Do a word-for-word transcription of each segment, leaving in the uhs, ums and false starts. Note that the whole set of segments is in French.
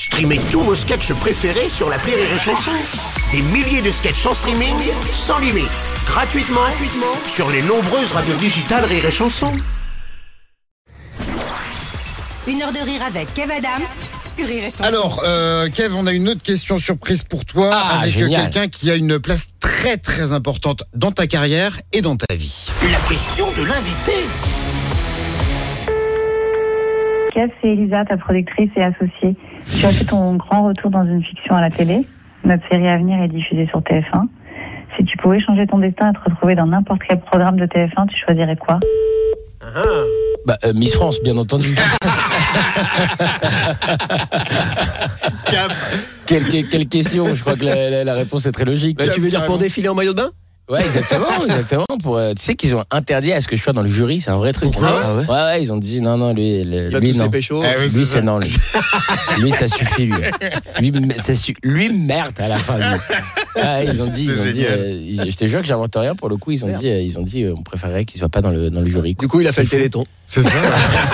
Streamez tous vos sketchs préférés sur l'appli Rire et Chanson. Des milliers de sketchs en streaming, sans limite, gratuitement, gratuitement sur les nombreuses radios digitales Rire et Chanson. Une heure de rire avec Kev Adams sur Rire et Chanson. Alors, euh, Kev, on a une autre question surprise pour toi, ah, avec génial. quelqu'un qui a une place très très importante dans ta carrière et dans ta vie. La question de l'invité. Kev, c'est Elisa, ta productrice et associée. Tu as fait ton grand retour dans une fiction à la télé. Notre série à venir est diffusée sur T F un. Si tu pouvais changer ton destin et te retrouver dans n'importe quel programme de T F un, tu choisirais quoi ? Ah. Bah, euh, Miss France, bien entendu. Cap. quelle, quelle, quelle question. Je crois que la, la, la réponse est très logique. Bah, tu veux dire pour défiler en maillot de bain ? Ouais, exactement, exactement. Pour, euh, tu sais qu'ils ont interdit à ce que je sois dans le jury, c'est un vrai truc. Pourquoi ? Ah ouais, ouais, ouais, ils ont dit non, non, lui, le, Il a lui tous non. les péchos. Ah oui, Lui, c'est c'est ça. non, lui. Lui, ça suffit, lui. Lui, ça su... lui merde à la fin, lui. Ah, ils ont dit, ils ont dit euh, ils... je te jure que j'invente rien pour le coup, ils ont Merde. dit, euh, ils ont dit, euh, on préférerait qu'il soit pas dans le, dans le jury. Du coup, il a fait le téléthon. C'est ça.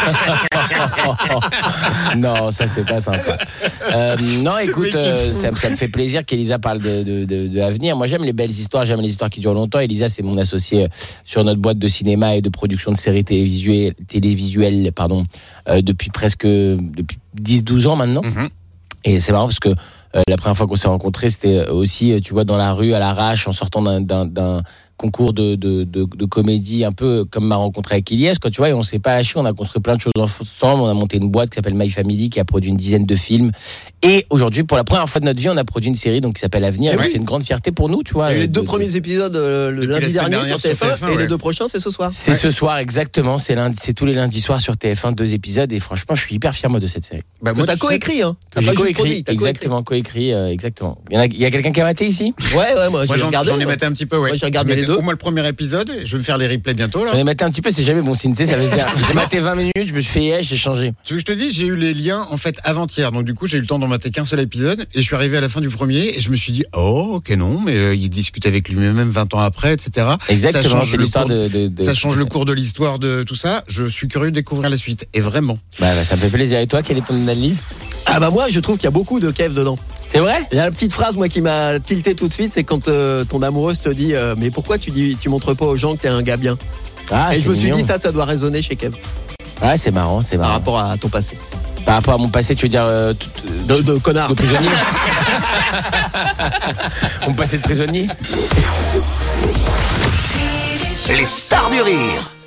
Non, ça c'est pas sympa. Euh, non, Ce écoute, mec est euh, fou. ça, ça me fait plaisir qu'Elisa parle de, de, de, de avenir. Moi, j'aime les belles histoires, j'aime les histoires qui durent longtemps. Elisa, c'est mon associé sur notre boîte de cinéma et de production de séries télévisuelles, télévisuelles pardon, euh, depuis presque depuis dix douze ans maintenant. Mm-hmm. Et c'est marrant parce que euh, la première fois qu'on s'est rencontrés, c'était aussi, tu vois, dans la rue, à l'arrache, en sortant d'un, d'un, d'un concours de, de, de, de comédie, un peu comme ma rencontre avec Ilyes, quoi, tu vois, et on s'est pas lâché, on a construit plein de choses ensemble, on a monté une boîte qui s'appelle My Family, qui a produit une dizaine de films, et aujourd'hui, pour la première fois de notre vie, on a produit une série donc qui s'appelle Avenir, Et et donc oui. c'est une grande fierté pour nous, tu vois. Il y a eu les de- deux de- premiers épisodes euh, le Depuis la lundi semaine dernier dernière sur T F un, sur T F un, et ouais. les deux prochains, c'est ce soir. C'est Ouais. ce soir, exactement, c'est, lundi, c'est tous les lundis soirs sur T F un, deux épisodes, et franchement, je suis hyper fier, moi, de cette série. Bah, Que t'as tu sais- coécrit, hein. Que T'as j'ai pas juste coécrit, produit, t'as coécrit. exactement, coécrit, euh, exactement. Il y, en a, il y a quelqu'un qui a maté ici? Ouais, ouais, moi Moi, j'ai j'en, regardé. j'en ai moi. maté un petit peu, ouais. Moi, j'ai regardé Je les mettais deux. Au moins le premier épisode. Je vais me faire les replays bientôt, là. J'en ai maté un petit peu, c'est jamais bon signe, tu sais, ça veut dire, j'ai maté vingt minutes, je me suis fait yeah, j'ai changé. Tu veux que je te dise, j'ai eu les liens en fait avant-hier, donc du coup j'ai eu le temps d'en mater qu'un seul épisode et je suis arrivé à la fin du premier et je me suis dit oh ok non mais euh, il discute avec lui-même vingt ans après, et cetera. Exactement, Ça change c'est le l'histoire cours- de, de, de- Ça change le cours de l'histoire de tout ça. Je suis curieux de découvrir la suite et vraiment. Bah, bah, ça me fait plaisir. Et toi, quelle est ton analyse? Ah bah moi, je trouve qu'il y a beaucoup de Kev dedans. C'est vrai? Il y a une petite phrase moi qui m'a tilté tout de suite, c'est quand euh, ton amoureuse te dit euh, mais pourquoi tu dis tu montres pas aux gens que t'es un gars bien. Ah, Et c'est je me suis mignon. dit ça, ça doit résonner chez Kev Ouais, c'est marrant, c'est par marrant. rapport à ton passé. Par rapport à mon passé, tu veux dire euh, tout- euh, De, de connard. de prisonnier? Mon passé de prisonnier? Les stars du rire.